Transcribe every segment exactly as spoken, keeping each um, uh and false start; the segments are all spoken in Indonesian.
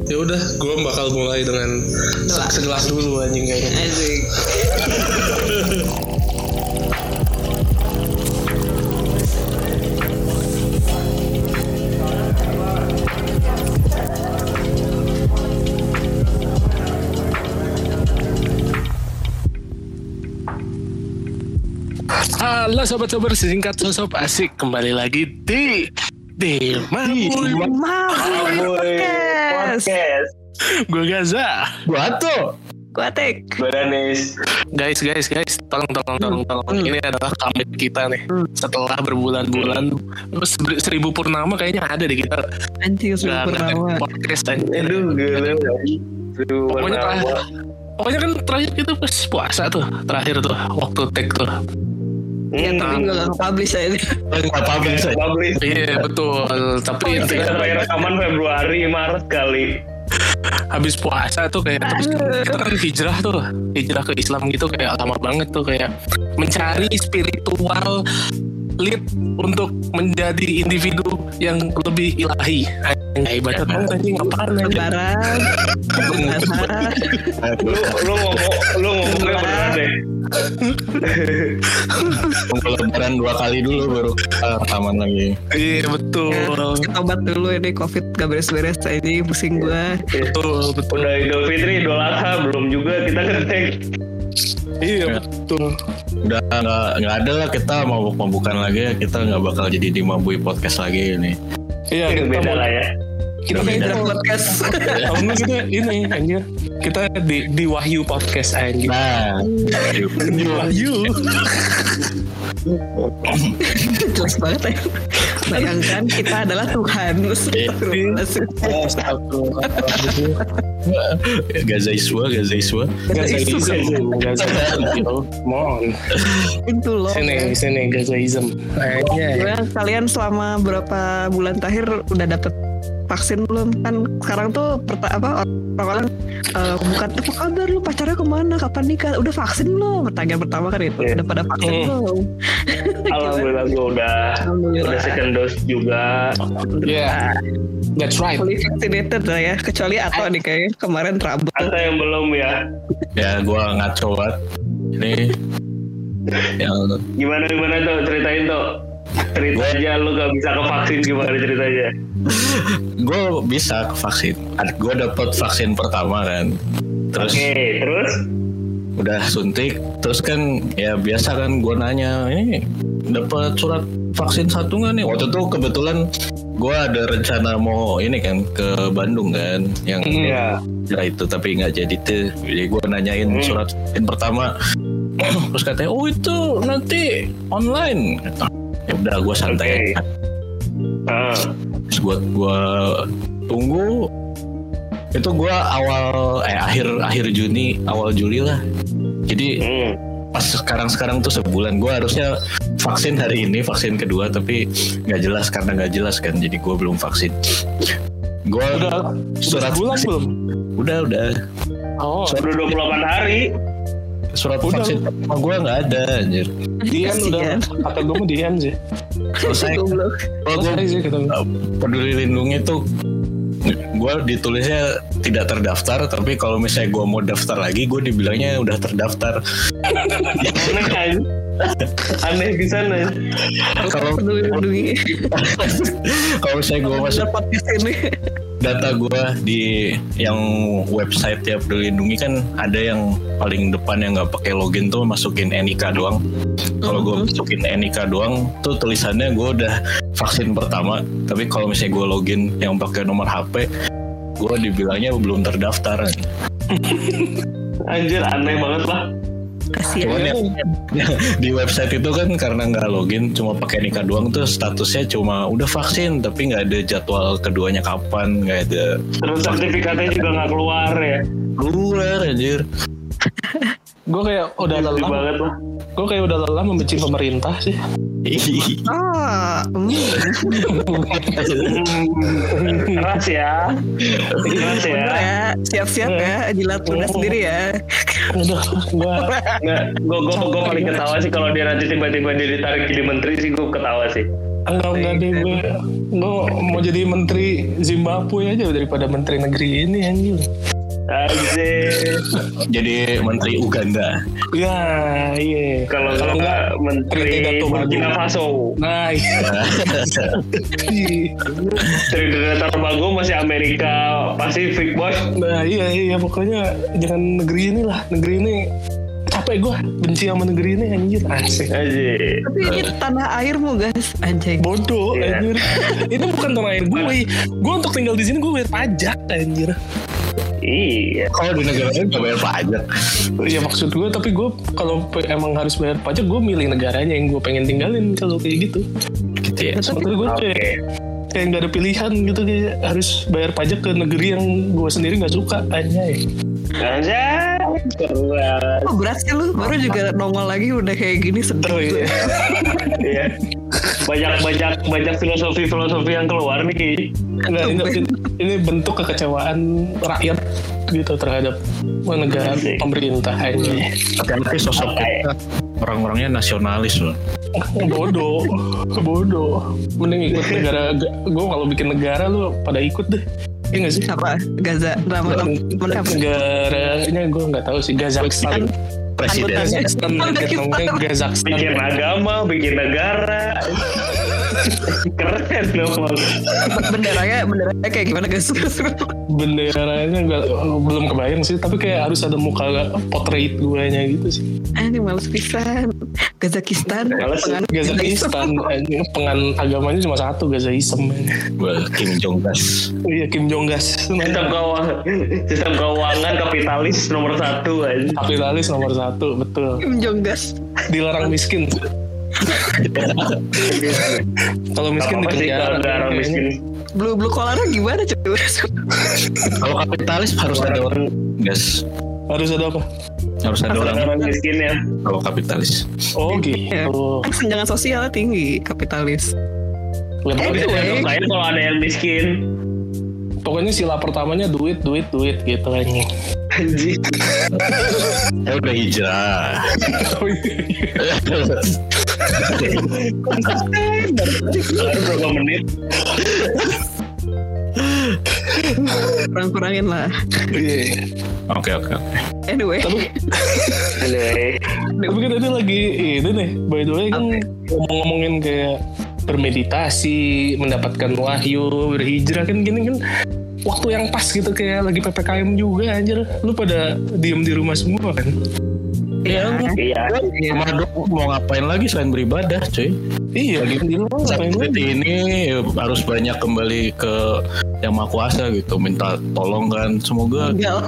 Ya udah, gue bakal mulai dengan Doa. segelas dulu anjing kayaknya. Asik. Halo sobat-sobat singkat sosok asik, kembali lagi di di Mabuy Podcast. Gue Gaza, Gue Ato, Gua Tek. gue Danis. guys guys guys, tolong tolong tolong tolong. Ini adalah comeback kita nih. Setelah berbulan-bulan, ser- seribu purnama kayaknya ada di kita. Anjing Nggak super nggak lama. podcast aja. Aduh, gila. Pokoknya terakhir, pokoknya kan terakhir kita pas puasa tuh, terakhir tuh waktu take tuh. Ya tapi gue gak nge-publish aja. Nggak publish, publish. Iya betul, tapi Kita intinya terakhir rekaman Februari, Maret kali. habis puasa tuh kayak terus kita kan hijrah tuh, hijrah ke Islam gitu kayak lama banget tuh, kayak mencari spiritual lead untuk menjadi individu yang lebih ilahi. Ay, ibadah banget anjing, apaan anjing. Lebaran. Lebaran. Lu lu ngomong lu ngomongnya beneran deh. Lebaran dua kali dulu baru kita rekaman lagi. Iya betul, Kita obat dulu ini COVID gak beres-beres ini pusing gue. betul betul. Udah Idul Fitri, Idul Adha belum juga kita ngetek. Iya betul. Udah nggak nggak ada lah, kita mau pembukaan lagi ya, kita nggak bakal jadi di Mabuy Podcast lagi ini. Iya Itu kita beda mau- lah ya. kita Kita beda. podcast. Kalau enggak kita ini anjir, kita di di Wahyu Podcast anjir. Nah, Di Wahyu. Jelas banget ya. Bayangkan kita adalah Tuhan. Gazaiswa, Gazaiswa. Gazaism, Gazaism. Mon. Itu loh. Sini, sini Gazaism. Aja. Gimana kalian selama berapa bulan terakhir udah dapet vaksin belum? Kan sekarang tuh perta- apa orang-orang uh, bukan apa kabar lu, pacarnya kemana, kapan nikah, udah vaksin belum? Pertanyaan pertama kan itu. Iya. Udah pada vaksin Hmm. belum? Alhamdulillah gue udah Alhamdulillah. udah second dose juga. Yeah, that's right. Fully vaccinated lah ya, kecuali Ato nih kayaknya kemarin trouble. Atau yang belum ya. Ya, gua ngaco banget. Ini yang Gimana gimana tuh, ceritain tuh. Cerita aja lu gak bisa ke vaksin, gimana ceritanya? gue bisa ke vaksin. Gue dapet vaksin pertama kan. Terus Oke, terus? udah suntik, terus kan ya biasa kan gue nanya, ini dapat surat vaksin satu nggak nih? Waktu itu kebetulan gue ada rencana mau ini kan ke Bandung kan, yang Iya. ya itu tapi nggak jadi tuh. Jadi gue nanyain Hmm. surat vaksin pertama, terus katanya oh itu nanti online. Ya udah gue santai Oke. aja. Ah, Terus gue gue tunggu. Itu gue awal eh akhir akhir Juni awal Juli lah. Jadi hmm. pas sekarang sekarang tuh sebulan gue harusnya vaksin hari ini, vaksin kedua, tapi nggak jelas karena nggak jelas kan, jadi gue belum vaksin. Gue Udah surat bulan vaksin- belum? udah udah Oh, Udah dua puluh delapan hari. surat Udah. vaksin pertama gue nggak ada anjir. Dian udah, Kasian. kata gue mau Dian sih. Selesai. Goblok. Kalau gue Selesai sih kata gue. peduli lindungi tuh gue ditulisnya tidak terdaftar, tapi kalau misalnya gue mau daftar lagi gue dibilangnya udah terdaftar. Aneh kan? Aneh di sana. Kalau Peduli lindungi. kalau misalnya gue masuk Dapat di sini. data gue di yang website ya Peduli Lindungi kan ada yang paling depan yang nggak pakai login tuh masukin N I K doang. Kalau gue masukin N I K doang tuh tulisannya gue udah vaksin pertama, tapi kalau misalnya gue login yang pakai nomor H P gue dibilangnya belum terdaftar. Anjir, aneh banget lah. Cuman Kasian. yang di website itu kan karena nggak login cuma pakai N I K doang tuh statusnya cuma udah vaksin, tapi nggak ada jadwal keduanya kapan, nggak ada Terus sertifikatnya juga nggak keluar ya. keluar anjir. Gue kayak udah Sedih lelah. banget lah. Gue kayak udah lelah membenci pemerintah sih. Ah, hmm. Hmm, keras ya. Keras ya. Bener ya, siap-siap ya, jilat ludah sendiri ya. Udah, gue Nggak, gue gue gue paling ketawa sih kalau dia nanti tiba-tiba dia ditarik jadi menteri sih, gue ketawa sih. Enggak, enggak deh gue. Gue mau jadi menteri Zimbabwe aja daripada menteri negeri ini anjir. Anjir. Jadi menteri Uganda. Ya, iya. Kalau kalau nggak menteri Burkina Faso. Nah, iya. Trinidad dan Tobago masih Amerika Pasifik bos. Nah, iya iya pokoknya jangan negeri ini lah. Negeri ini capek gue benci sama negeri ini anjir asik. Anjir. Tapi ini tanah airmu guys, anjing. Bodoh Iya. anjir. Ini bukan tanah air gue. Gue untuk tinggal di sini gue bayar pajak anjir. Iya. Kalau di negara lain nggak bayar pajak. Iya maksud gue, tapi gue kalau pe- emang harus bayar pajak, gue milih negaranya yang gue pengen tinggalin kalau kayak gitu. Gitu ya. Sementara gue Oke. kayak kayak nggak ada pilihan gitu, kayak harus bayar pajak ke negeri yang gue sendiri nggak suka aja. Anjir. Keren. Oh, berat sih lu, baru juga nongol lagi udah kayak gini sedih. Oh iya. Iya. Banyak banyak banyak filosofi filosofi yang keluar nih. Nggak, ini, ini, ini bentuk kekecewaan rakyat gitu terhadap negara Asik. pemerintah aja. Tapi nanti sosok kita orang-orangnya nasionalis loh. Bodoh, bodoh. Mending ikut negara. Gue kalau bikin negara lu pada ikut deh. Iya nggak sih? Apa? Gaza, nama nama Negaranya gue nggak tahu sih. Kazakhstan. Presiden. Kazakhstan, namanya Kazakhstan. Bikin agama, bikin negara. Keren dong. benderanya, benderanya kayak gimana guys? Benderanya nggak belum kebayang sih. Tapi kayak harus ada muka portrait guanya gitu sih. Ah, ini males pisan. Kazakistan, Males. penganut Gazaistan, pengan agamanya cuma satu, Gazaism. Well, Kim Jong Gas. Iya, Kim Jong Gas. Sistem keuangan, sistem keuangan kapitalis nomor satu aja. Kapitalis nomor satu, betul. Kim Jong Gas. Dilarang miskin. Kalau miskin Apa di sih kalau penjara. orang miskin? Blue blue collarnya gimana coba? Kalau kapitalis harus ada orang gas. Harus ada apa? Harus ada orang Orang miskin ya. kalau kapitalis. Oh gitu. Kesenjangan sosial tinggi kapitalis. Ya, pokoknya, Anyway. Saya kalau ada yang miskin. pokoknya sila pertamanya duit, duit, duit gitu aja. Anjir. Saya udah hijrah. Oh, iya. Baru berapa menit? Kurang-kurangin lah. Iya. Oke oke oke. Anyway, Tapi, Anyway. tapi kan tadi lagi ini nih, by the way kan ngomong-ngomongin kayak bermeditasi, mendapatkan wahyu, berhijrah kan gini kan waktu yang pas gitu kayak lagi P P K M juga anjir. Lu pada diem di rumah semua kan? ya, Iya. Ramadan mau ngapain lagi selain beribadah, cuy? Iya, lagi di rumah Saat ngapain lagi? ini harus banyak kembali ke yang Maha Kuasa gitu, minta tolong kan. Semoga enggak.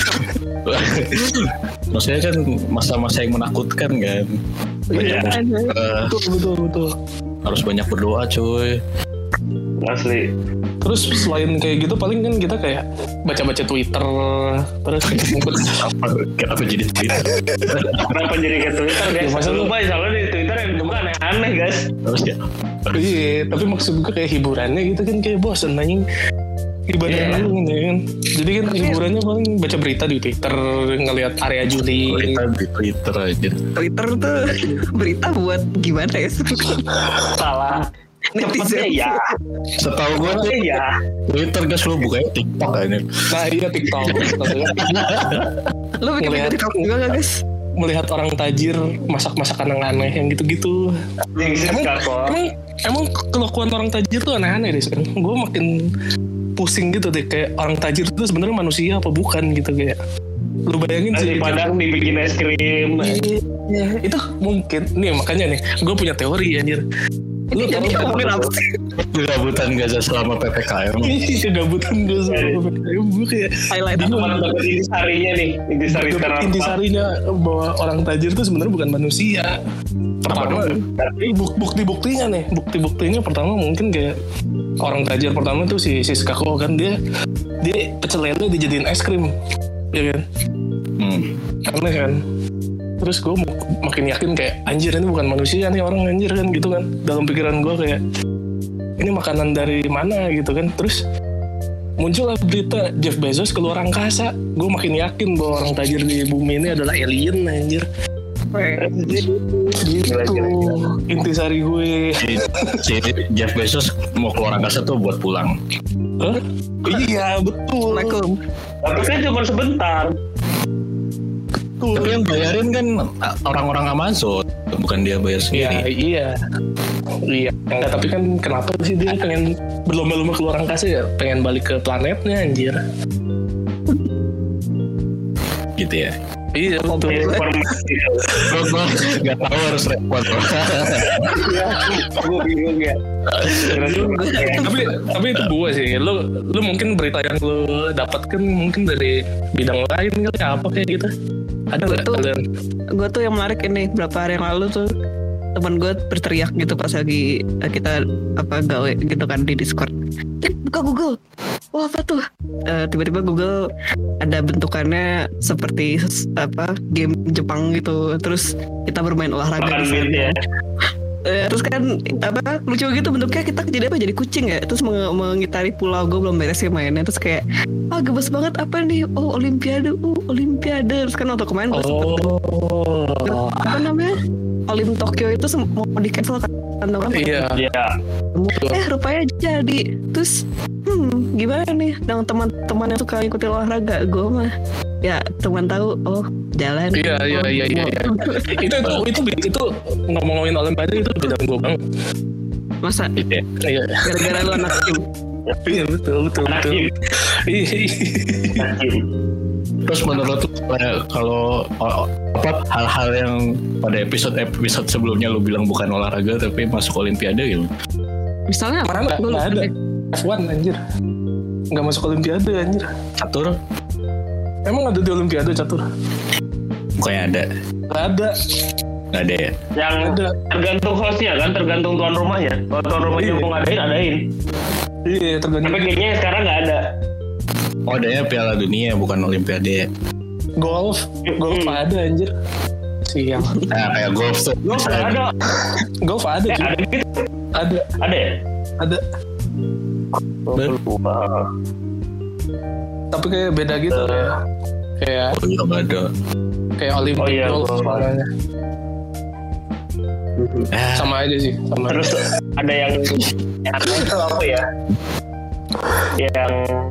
maksudnya kan masa-masa yang menakutkan kan. Iya, Eh, betul, betul, betul. harus banyak berdoa, cuy. Asli. Terus selain kayak gitu paling kan kita kayak baca-baca Twitter, terus Apa, kenapa jadi Twitter? Kenapa jadi ke Twitter guys? Ya, masa lu- Lupa soalnya di Twitter yang bukan aneh-aneh guys. Terus ya, iya, tapi maksud gue kayak hiburannya gitu kan kayak bosen anjing. Ibadah Iya. dulu gitu kan. Jadi kan hiburannya paling baca berita di Twitter, ngelihat area Juli. berita di Twitter aja. Twitter tuh berita buat gimana ya? Salah. Cepetnya ya. Setahu gue tuh Cepetnya ya. Twitter guys, lu bukanya TikTok aja. Nah iya TikTok. Lu bikin Ngelihat- TikTok juga gak guys? Melihat orang tajir masak-masakan yang aneh yang gitu-gitu. Yang Emang, kakor. emang, emang kelakuan orang tajir tuh aneh-aneh deh sekarang. Gue makin pusing gitu deh, kayak orang tajir itu sebenarnya manusia apa bukan gitu kayak. Lu bayangin Nasi sih. Padang dibikin es krim. Iya, itu mungkin. Nih makanya nih, gue punya teori anjir. Ini jadi ngomongin apa sih? Kegabutan Gaza selama P P K M. Iya, kegabutan gue sama gue kayak Highlight bingung. Cuma dapat intisarinya nih. Intisari Dapet terakhir. intisarinya bahwa orang tajir itu sebenarnya bukan manusia. Pertama, buk- bukti-buktinya nih, bukti-buktinya pertama mungkin kayak orang tajir pertama tuh si Siska Ko kan dia dia pecel lele dijadiin es krim, ya kan? Hmm. Aneh kan? Terus gue makin yakin kayak anjir ini bukan manusia nih orang anjir kan gitu kan. Dalam pikiran gue kayak ini makanan dari mana gitu kan. Terus muncullah berita Jeff Bezos keluar angkasa. Gue makin yakin bahwa orang tajir di bumi ini adalah alien anjir. Gitu intisari gue. Si Jeff Bezos mau keluar angkasa tuh buat pulang. Hah? Iya betul. Assalamualaikum. Tapi kan cuma sebentar. Tapi yang bayarin kan orang-orang Amazon, bukan dia bayar Iya sendiri. iya. Iya. Enggak, tapi kan kenapa sih dia pengen berlomba-lomba keluar angkasa ya? Pengen balik ke planetnya anjir. Gitu ya. Iya betul. Informasi. Gue gue nggak tahu harus respon. Gue bingung ya. tapi tapi itu gue sih. Lu lu mungkin berita yang lu dapatkan mungkin dari bidang lain kali apa kayak gitu. Ada nggak? Betul. Ada. Gue tuh yang menarik ini beberapa hari yang lalu tuh teman gue berteriak gitu pas lagi kita apa gawe gitu kan di Discord. Eh, buka Google. Wah apa tuh? Uh, tiba-tiba Google ada bentukannya seperti apa game Jepang gitu. Terus kita bermain olahraga Makan di duit ya. sana. Uh, terus kan apa lucu gitu bentuknya kita jadi apa jadi kucing ya. Terus meng- mengitari pulau gue belum beres sih mainnya. Terus kayak ah gemes banget apa nih? Oh Olimpiade, uh Olimpiade. Terus kan waktu kemarin gue Oh. apa namanya Olim Tokyo itu sem- mau di cancel kan orang Iya. Iya. eh rupanya jadi terus hmm gimana nih dengan teman-teman yang suka ikutin olahraga gue mah ya teman tahu oh jalan Iya iya oh, iya iya. iya. itu itu itu itu ngomong-ngomongin Olimpiade itu bidang gue banget. masa Iya. gara-gara lu anak tim Iya betul betul betul. Iya. Terus menurut lu eh, kalau oh, apa hal-hal yang pada episode-episode sebelumnya lu bilang bukan olahraga tapi masuk Olimpiade gitu? misalnya Mana nggak Gua nggak lupa ada deh. F satu anjir. Nggak masuk Olimpiade anjir. Catur? Emang ada di Olimpiade catur? Bukannya ada? Nggak ada. Nggak ada ya? Yang Ada. tergantung hostnya kan, tergantung tuan rumahnya. Kalau tuan rumahnya Iya. mau ngadain, adain. Iya tergantung. Tapi kayaknya sekarang nggak ada. Oh adanya Piala Dunia bukan Olimpiade. Golf, golf Hmm. ada anjir. Sial. Nah kayak golf tuh. Gue nggak ada. Golf ada Eh, juga. ada gitu. Ada, Ada ya? ada. Ber- Wah. Tapi kayak beda gitu ya. Kayak Oh iya nggak ada. kayak Olympic Oh iya, golf golf. namanya. Eh, Sama aja sih, sama. Terus aja. ada yang yang itu apa ya? Yang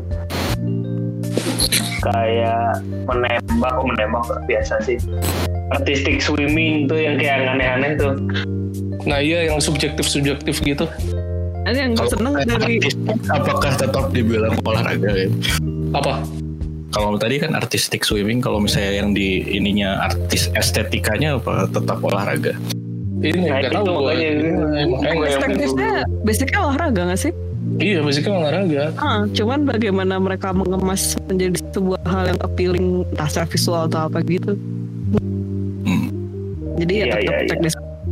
kayak menembak, oh menembak biasa sih. Artistic swimming tuh yang kayak aneh-aneh tuh. Nah iya yang subjektif-subjektif gitu. ada yang gue kalau seneng kayak dari artistik, apakah tetap dibilang olahraga ya? Apa? Kalau tadi kan artistic swimming, kalau misalnya yang di ininya artis estetikanya apa tetap olahraga? Ini Nah, nggak itu tahu gua. makanya. Ini, makanya. basicnya basicnya olahraga nggak sih? Iya, basicnya olahraga. Ah, cuman bagaimana mereka mengemas menjadi sebuah hal yang appealing entah secara visual atau apa gitu. Hmm. Jadi ya Iya, tetap iya, cek iya. di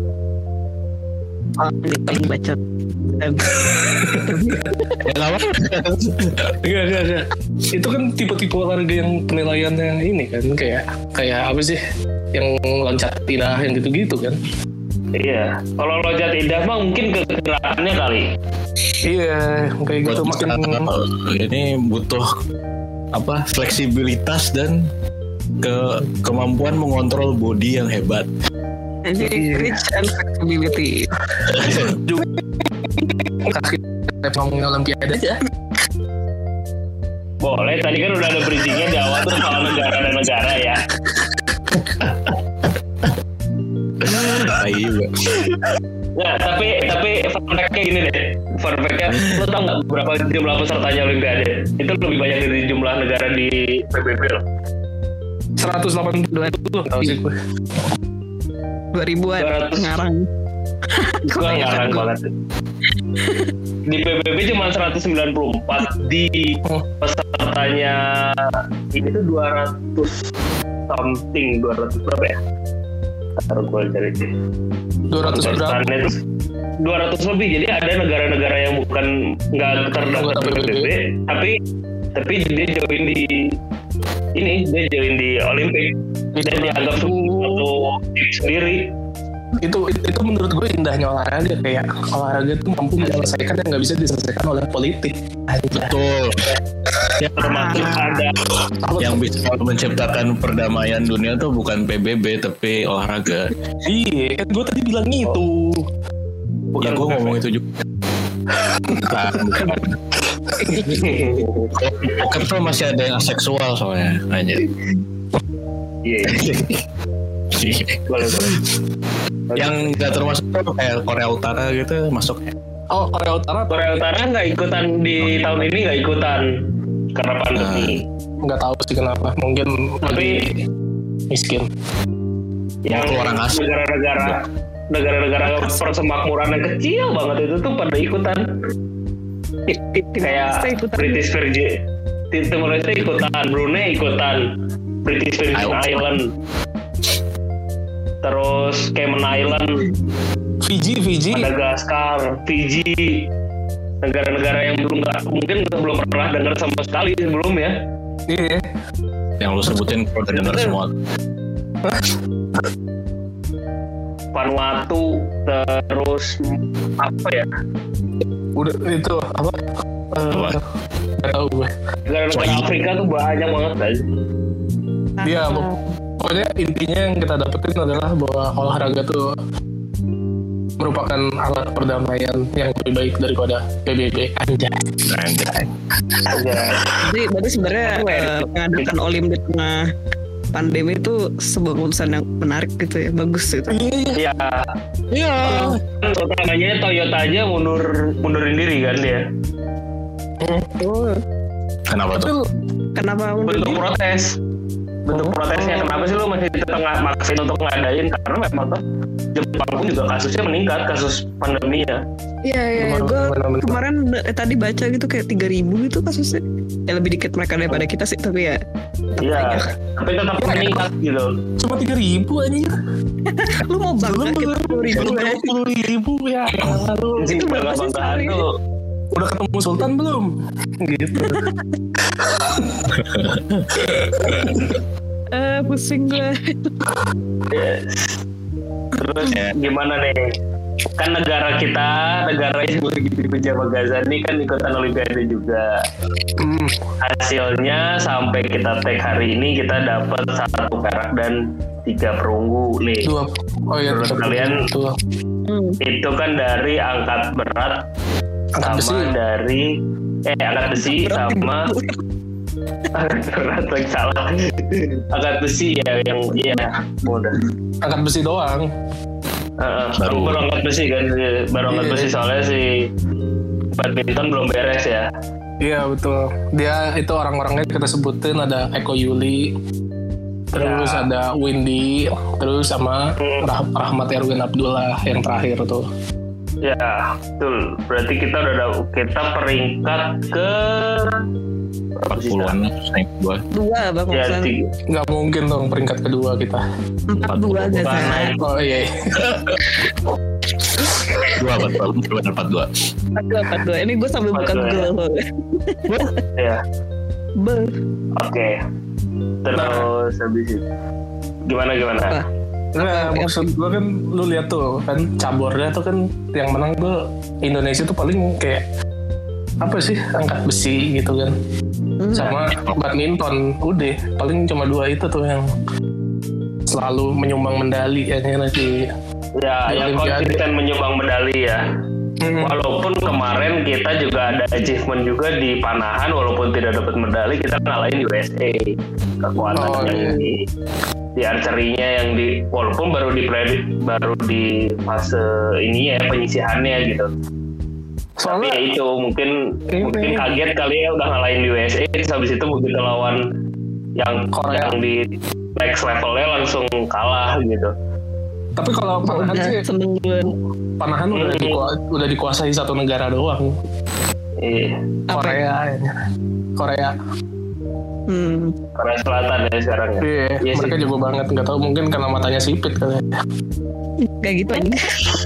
ah, ini paling bacot. Dan- Ya apa? Enggak, enggak, enggak. Itu kan tipe-tipe olahraga yang penilaiannya ini kan kayak kayak apa sih? Yang loncat tidak yang gitu-gitu kan. Iya. Kalau loncat indah mah mungkin kegerakannya kali. Iya, kayak gitu Buat makin uh, ini butuh apa fleksibilitas dan ke kemampuan mengontrol body yang hebat. Jadi reach and flexibility. juga kaki ngomongin Olimpiade aja. Boleh, tadi kan udah ada bridgingnya di awal tuh soal negara dan negara ya. Ayo. Nah, tapi tapi fun fact-nya gini deh. Fun fact-nya, lo tau nggak berapa jumlah pesertanya Olimpiade? Itu lebih banyak dari jumlah negara di P B B loh. seratus delapan puluh dua tahu sih gue. dua ribuan dua ratus. ngarang. Gue ngarang banget. Di P B B cuma seratus sembilan puluh empat, di pesertanya ini tuh dua ratus something, dua ratus berapa ya? Taruh gue cari deh. dua ratus berapa? Pesertanya itu dua ratus lebih. Jadi ada negara-negara yang bukan nggak terdaftar Anggota di P B B, tapi tapi dia join di ini, dia join di Olimpik dan dianggap suatu tim sendiri. Itu itu menurut gue indahnya olahraga, kayak olahraga itu mampu menyelesaikan yang nggak bisa diselesaikan oleh politik. Anjay. Betul. termasuk ada yang bisa menciptakan perdamaian dunia tuh bukan P B B tapi olahraga. Iya, kan gue tadi bilang itu. Ya gue ngomong itu juga. Bukan, bukan. Poker tuh masih ada yang aseksual soalnya, anjir. Iya. Boleh boleh. Yang nggak termasuk tuh kayak Korea Utara gitu masuknya. Oh, Korea Utara. Korea Utara nggak ikutan di tahun ini nggak ikutan karena pandemi. Nggak tahu sih kenapa. Mungkin Tapi miskin. yang Orang asing. negara-negara negara-negara persemakmuran yang kecil banget itu tuh pada ikutan. Kayak British Virgin, Timor Leste ikutan, Brunei ikutan, British Virgin Island, terus Cayman Island, Fiji, Fiji. Madagaskar, Fiji, negara-negara yang belum nggak mungkin belum pernah dengar sama sekali sebelum ya. Iya. Yang lu sebutin kalau dengar semua. Vanuatu, terus apa ya? Udah itu apa? Apa? Uh, gak tahu gue. Negara-negara Afrika tuh banyak banget guys. Dia pokoknya intinya yang kita dapetin adalah bahwa olahraga tuh merupakan alat perdamaian yang lebih baik daripada P B B. Anjay. Anjay. Jadi berarti sebenarnya uh, mengadakan Olim di tengah pandemi itu sebuah keputusan yang menarik gitu ya, bagus gitu. Iya. Iya. Kan utamanya Toyota aja mundur mundurin diri kan dia. Oh, Kenapa tuh? kenapa Bentuk protes. Bentuk protesnya kenapa sih lu masih tetap maksain untuk ngadain, karena memang tuh Jepang pun juga kasusnya meningkat, kasus pandeminya. Iya iya, gue kemarin eh, tadi baca gitu kayak tiga ribu gitu kasusnya. Ya lebih dikit mereka daripada kita sih, tapi ya tetap Iya. banyak. Tapi tetap meningkat gitu. Cuma tiga ribu aja. Lu mau bangga kita sepuluh ribu Dua puluh ribu ya. Lalu Itu berapa sih Bangga-banggaan sehari? tuh. udah ketemu Sultan belum? Gitu. Eh pusing gue. Terus gimana nih? Kan negara kita, negara yang lagi di penjama Gaza ini kan ikutan Olimpiade juga. Hmm. Hasilnya sampai kita tag hari ini kita dapat satu perak dan tiga perunggu nih. Dua. Oh iya, Menurut tetap kalian dua. Hmm. itu kan dari angkat berat Angkat sama besi. dari eh angkat besi sama angkat berat yang salah. Angkat besi ya yang iya mudah. Angkat besi doang. Uh, Baru- baru, baru angkat besi kan, baru angkat Iya. besi soalnya si badminton belum beres ya. Iya betul. Dia itu orang-orangnya kita sebutin ada Eko Yuli, terus Ya. ada Windy, terus sama Hmm. Rah- Rahmat Erwin Abdullah yang terakhir tuh. Ya, betul. Berarti kita udah ada, kita peringkat ke berapa sih? Puluhan naik gua. Dua bang Ya, Oksan. tiga. Nggak mungkin dong peringkat kedua kita. Empat dua Bukan Gaza. naik. Oh iya. iya. Dua empat dua, dua empat dua. Empat dua empat dua. Ini gue sambil Empat buka dua, ya. Google. Ya, Be. oke. Terus habis itu gimana gimana? Apa? Nah, maksud gue kan lu lihat tuh kan cabornya tuh kan yang menang tuh Indonesia tuh paling kayak apa sih angkat besi gitu kan Hmm. sama badminton udah paling cuma dua itu tuh yang selalu menyumbang medali ya nanti. Ya, Di yang Olimpiade. konsisten menyumbang medali ya. Hmm. Walaupun kemarin kita juga ada achievement juga di panahan, walaupun tidak dapat medali, kita ngalahin U S A kekuatan Oh, yang iya. di, di archery-nya yang di walaupun baru di predik baru di fase ini ya penyisihannya gitu. Tapi ya Soalnya itu mungkin Ini- mungkin kaget kali ya udah ngalahin U S A, terus habis itu begitu lawan yang Korea. yang di next levelnya langsung kalah gitu. tapi kalau panahan Udah sih seneng gue. panahan udah Hmm. dikua- udah dikuasai satu negara doang. Iya, Apa? Korea ya. Korea. Hmm. Korea Selatan ya sekarang ya. Iya, Iya sih. mereka jago banget. Nggak tahu mungkin karena matanya sipit kali. ya. Kayak gitu aja.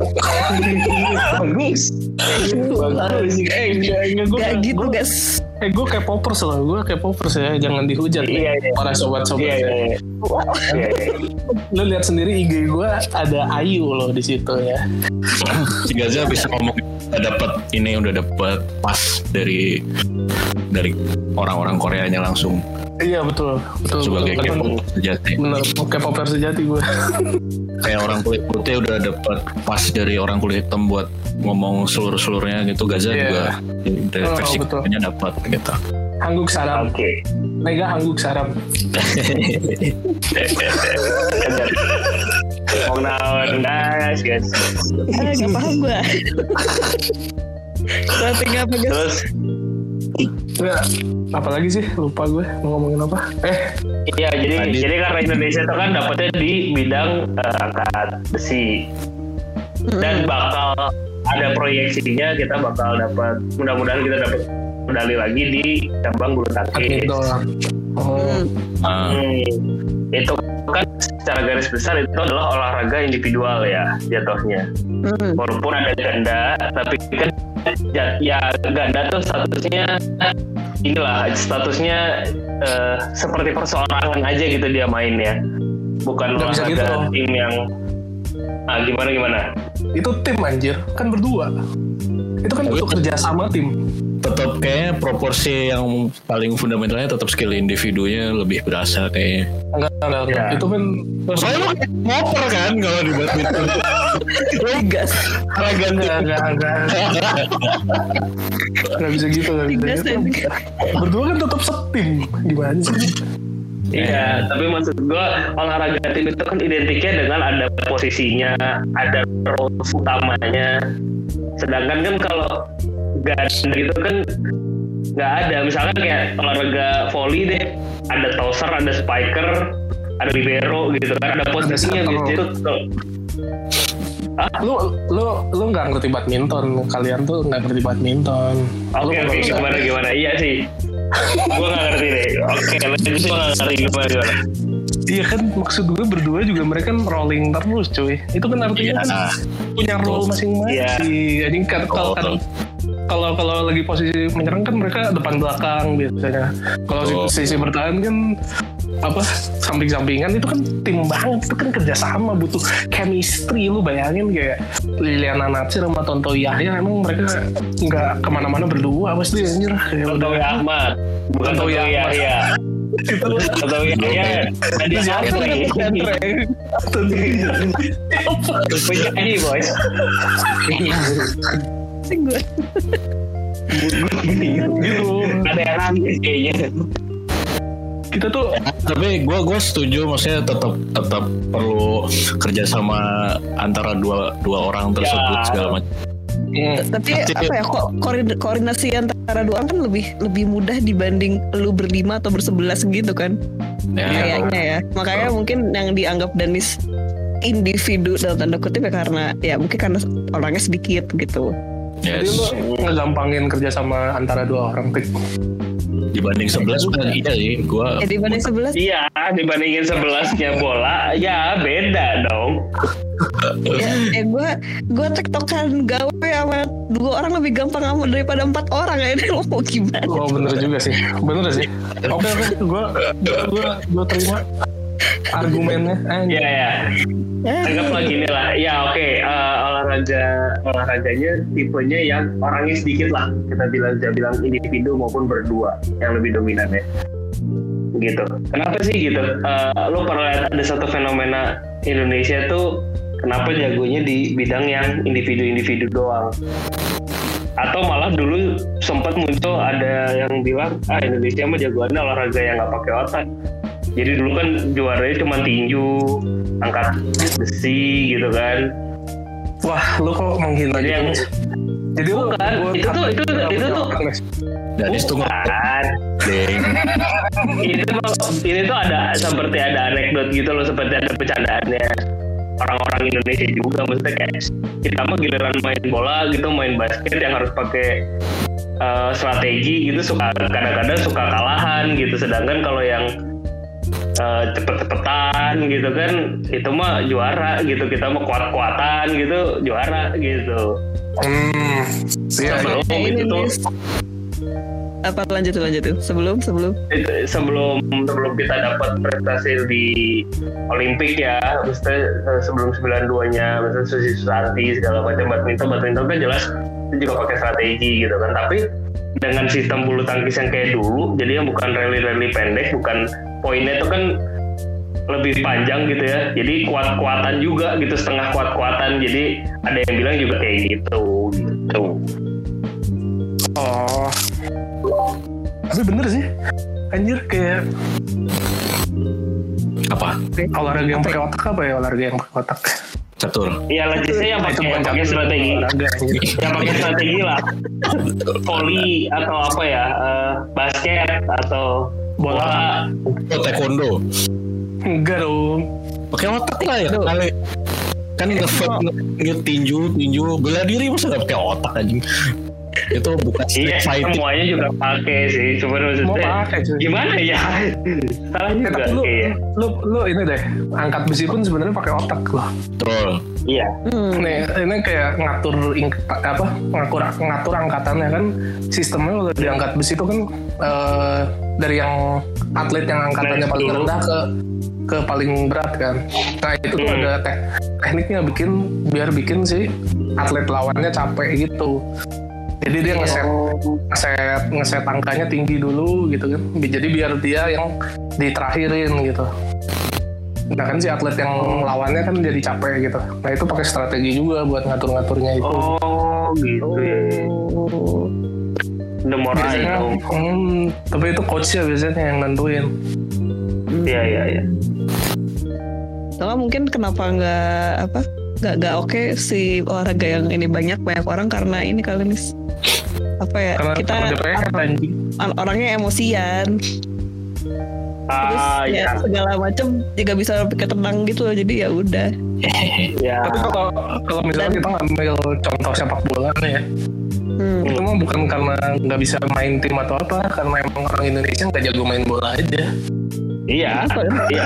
Bagus. Bagus. Eh, enggak, enggak gue. Gak gitu gue- guys. Eh, gue kayak popers loh. Gue kayak popers ya. Jangan dihujat. Iya, iya. Para sobat-sobat. Iya, ya. iya, iya. Iya, iya. Lu lihat sendiri I G gue ada Ayu loh di situ ya. Si Gaza bisa ngomong udah dapat ini udah dapat pas dari dari orang-orang Koreanya langsung. Iya betul, betul. Sebagai betul, K-pop sejati. Bener, K-popper sejati gue. Kayak orang kulit putih udah dapat pas dari orang kulit hitam buat ngomong seluruh-seluruhnya gitu. Gaza yeah. juga dari oh, versi nya dapat gitu. Hangguk saram. Oke. Okay. Mega hangguk saram. Mau naon guys, guys. Ah, gak paham gue. Berarti gak apa guys? Terus ya, apalagi sih lupa gue mau ngomongin apa? Eh, iya jadi Tadi. jadi karena Indonesia itu kan dapetnya di bidang uh, angkat besi dan bakal ada proyeksinya kita bakal dapat mudah-mudahan kita dapat medali lagi di cabang bulu tangkis. Oh. Uh, Hmm, itu kan secara garis besar itu adalah olahraga individual ya jatuhnya. Hmm. Walaupun ada ganda, tapi kan ya, ya ganda tuh statusnya inilah statusnya uh, seperti perseorangan aja gitu dia main ya, bukan Nggak bisa olahraga gitu loh. tim yang ah gimana gimana. Itu tim anjir, kan berdua. Itu kan butuh kerja sama tim. tetap kayaknya proporsi yang paling fundamentalnya tetap skill individunya lebih berasa kayaknya. Enggak, enggak, enggak. Ya. Itu kan Soalnya lo ngoper kan kalau di badminton. Gas. olahraga enggak, enggak, enggak. Enggak bisa gitu, enggak bisa Gas gitu. aja. Berdua kan tetap setim. Gimana sih? Iya, tapi maksud gue olahraga tim itu kan identiknya dengan ada posisinya, ada roles utamanya. Sedangkan kan kalau ganda gitu kan nggak ada. Misalkan kayak olahraga volley deh, ada tosser, ada spiker, ada libero gitu kan, ada posisinya Ada gitu. Kalau Lu lu lu nggak ngerti badminton. Kalian tuh nggak ngerti badminton. Lu Oke nggak oke bisa. gimana gimana iya sih. Gue nggak ngerti deh. Oke, lu itu gue nggak ngerti gimana gimana. Iya kan maksud gue berdua juga mereka kan rolling terus cuy. Itu kan artinya Iya. kan punya role masing-masing. Iya. Jadi kan kalau kan kalau kalau lagi posisi menyerang kan mereka depan belakang biasanya. Kalau Oh. sisi bertahan kan apa samping-sampingan itu kan tim banget, itu kan kerjasama, butuh chemistry. Lu bayangin kayak Liliana Natsir sama Tonto Yahya, emang mereka nggak kemana-mana berdua pasti anjir. Ya Tonto udah. Ahmad, bukan Tonto Tonto Ahmad. Yahya. Tonto Yahya, tadi Siapa antri. Penyanyi boys. Sing gue. Gitu. Ada yang nangis kayaknya. Kita tuh Tapi gue gue setuju, maksudnya tetap tetap perlu kerjasama antara dua dua orang tersebut Ya. segala macam. mm, Tapi Tapi- apa ya kok koordin- koordinasi antara dua orang kan lebih lebih mudah dibanding lu berlima atau bersebelas gitu kan Ya, kayaknya ya. Makanya mungkin yang dianggap Danis individu dalam tanda kutip ya karena ya mungkin karena orangnya sedikit gitu. jadi yes. lu ngagampangin kerja sama antara dua orang tik. Dibanding sebelas kan iya sih gue. Ya dibanding sebelas Iya, dibandingin sebelasnya bola, ya beda dong. ya, eh gue gue tektokan gawe sama dua orang lebih gampang kamu daripada empat orang ya. Lo mau gimana? Oh bener juga sih, bener sih. Oke oke, gue gue gue terima argumennya. Iya Anjir. ya. Anggaplah gini lah. Ya oke, eh, olahraga olahraganya tipenya yang orangnya sedikit lah. Kita bilang kita bilang individu maupun berdua yang lebih dominan ya. Gitu. Kenapa sih gitu? Eh, lo pernah lihat ada satu fenomena Indonesia tuh kenapa jagonya di bidang yang individu-individu doang? Atau malah dulu sempat muncul ada yang bilang ah Indonesia mah jagoannya olahraga yang nggak pakai otak. Jadi dulu kan juaranya cuma tinju, angkat besi gitu kan. Wah lu kok menghina Jadi yang gitu? Jadi lu Bukan, gua itu tuh- itu tuh- itu tuh- Danis tuh bukan. ngedeng. ini tuh ini tuh ada seperti ada anekdot gitu loh, seperti ada bercandaannya orang-orang Indonesia juga, maksudnya kayak kita mah giliran main bola gitu, main basket yang harus pakai uh, strategi gitu suka kadang-kadang suka kalahan gitu, sedangkan kalau yang uh, cepet-cepetan gitu kan itu mah juara gitu, kita mah kuat-kuatan gitu juara gitu. Hmm, iya. Sebelum Eh, itu ini tuh nih. Apa lanjut lanjut tuh sebelum sebelum itu sebelum sebelum kita dapat prestasi di Olimpik ya, maksudnya eh, sebelum sembilan puluh dua-nya misalnya Susi Susanti segala macam badminton badminton kan jelas itu juga pakai strategi gitu kan, tapi dengan sistem bulu tangkis yang kayak dulu, jadi yang bukan rally-rally pendek, bukan poinnya itu kan lebih panjang gitu ya, jadi kuat-kuatan juga gitu, setengah kuat-kuatan, jadi ada yang bilang juga kayak gitu gitu. Oh, tapi bener sih, anjir kayak Apa? olahraga yang pakai otak apa ya olahraga yang pakai otak? Catur. Iya lah, justru yang Itu pakai bukan pakai catur, strategi, olahraga, anjir. yang pakai strategi lah, volley atau apa ya, uh, basket atau bola. Oh, taekwondo. Enggak dong. Pakai otak lah ya kali. Kan nge-fight, nge-tinju, tinju, bela diri masa nggak pakai otak anjing. Itu bukan Iya, street fighting. semuanya juga pakai sih, cuma maksudnya Mau pakai cuy. gimana ya? Salah Eh, juga tapi lu, kayak. lu, lu ini deh, angkat besi pun sebenarnya pakai otak loh. Troll. Iya. Hmm. Nih, ini kayak ngatur ing- apa ngatur ngatur angkatannya kan, sistemnya kalau diangkat besi itu kan eh, dari yang atlet yang angkatannya Naik paling dulu. rendah ke ke paling berat kan. Nah itu tuh Hmm. ada te- tekniknya bikin biar bikin si atlet lawannya capek gitu. Jadi dia ngeset ngeset ngeset angkanya tinggi dulu gitu kan. Jadi biar dia yang diterakhirin gitu. Nah kan si atlet yang lawannya kan jadi capek gitu. Nah itu pakai strategi juga buat ngatur-ngaturnya itu. Oh gitu ya. Oh. Nomor Biasanya, itu. hmm, tapi itu coachnya biasanya yang nentuin. Iya iya iya. Soalnya mungkin kenapa nggak apa nggak nggak oke si olahraga yang ini banyak banyak orang karena ini kali nih apa ya Karena kita karena D P R anjing. or- orangnya emosian terus Ah ya iya. segala macam juga bisa pikir tenang gitu loh, jadi ya udah. Ya. Tapi kalau kalau misalnya kita ngambil contoh sepak bola nih ya, Hmm. itu mah bukan karena nggak bisa main tim atau apa, karena emang orang Indonesia nggak jago main bola aja. Iya. Iya.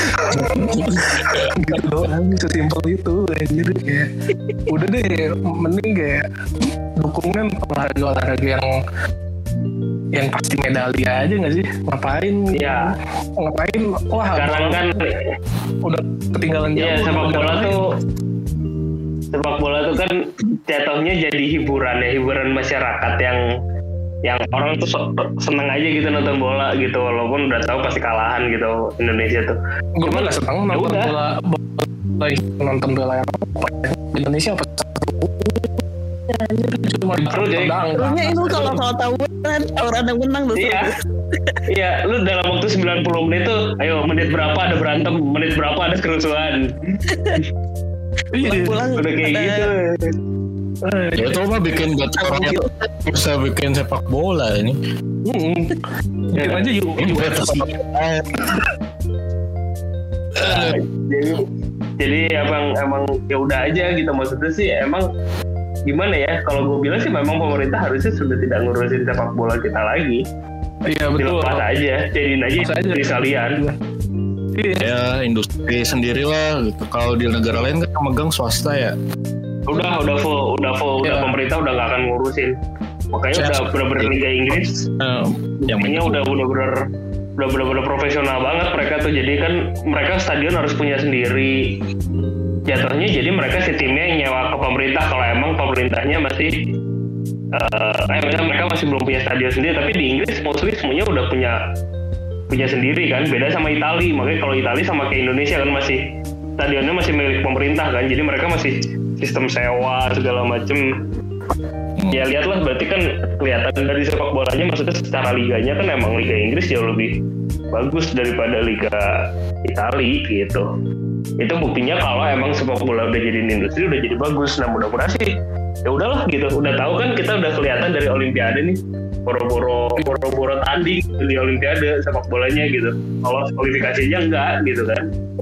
Gitu doang, sesimpel itu anjir kayak. Udah deh, mending kayak dukungan olahraga-olahraga yang yang pasti medali aja nggak sih? Ngapain? Iya. Ngapain? Wah, Sekarang kan udah ketinggalan jauh. iya sepak udah bola main. tuh sepak bola tuh kan jatuhnya jadi hiburan ya, hiburan masyarakat yang yang orang tuh so- seneng aja gitu nonton bola gitu, walaupun udah tahu pasti kalahan gitu Indonesia tuh. Gue nggak seneng Ya nonton udah. bola, bola nonton bola yang apa Indonesia apa cuma Seru, jadi. Sebenarnya itu kalau kalau tahu kan orang yang menang tuh. Iya. Iya, lu dalam waktu sembilan puluh menit tuh, ayo menit berapa ada berantem, menit berapa ada kerusuhan. Iya, Pulang Udah kayak ada- gitu. Ya itu mah bikin buat orang yang bisa bikin sepak bola ini. Hmm. Bikin aja yuk. Ini buat jadi jadi emang emang ya udah aja gitu, maksudnya sih emang gimana ya, kalau gue bilang sih memang pemerintah harusnya sudah tidak ngurusin sepak bola kita lagi, Iya betul. dilepas aja, jadiin aja Lepas aja. di sekalian. Iya. Ya industri sendirilah gitu. Kalau di negara lain kan yang megang swasta ya. Udah udah full udah full udah Iya. pemerintah udah nggak akan ngurusin, makanya Saya- udah bener-bener Liga Inggris Eh, yang ini udah bener-bener udah bener-bener profesional banget mereka tuh, jadi kan mereka stadion harus punya sendiri jatuhnya, jadi mereka si timnya yang nyewa ke pemerintah kalau emang pemerintahnya masih eh eh, maksudnya mereka masih belum punya stadion sendiri. Tapi di Inggris mostly semuanya udah punya punya sendiri kan, beda sama Italia. Makanya kalau Italia sama kayak Indonesia kan masih stadionnya masih milik pemerintah kan, jadi mereka masih sistem sewa segala macem. Hmm. Ya lihatlah, berarti kan kelihatan dari sepak bolanya, maksudnya secara liganya kan emang Liga Inggris jauh lebih bagus daripada Liga Italia gitu. Itu buktinya kalau emang sepak bola udah jadi industri, udah jadi bagus. Nah mudah-mudahan sih ya udahlah gitu. Udah tahu kan, kita udah kelihatan dari Olimpiade nih, boro-boro boro-boro tanding di Olimpiade sepak bolanya gitu. Kalau kualifikasinya enggak gitu kan.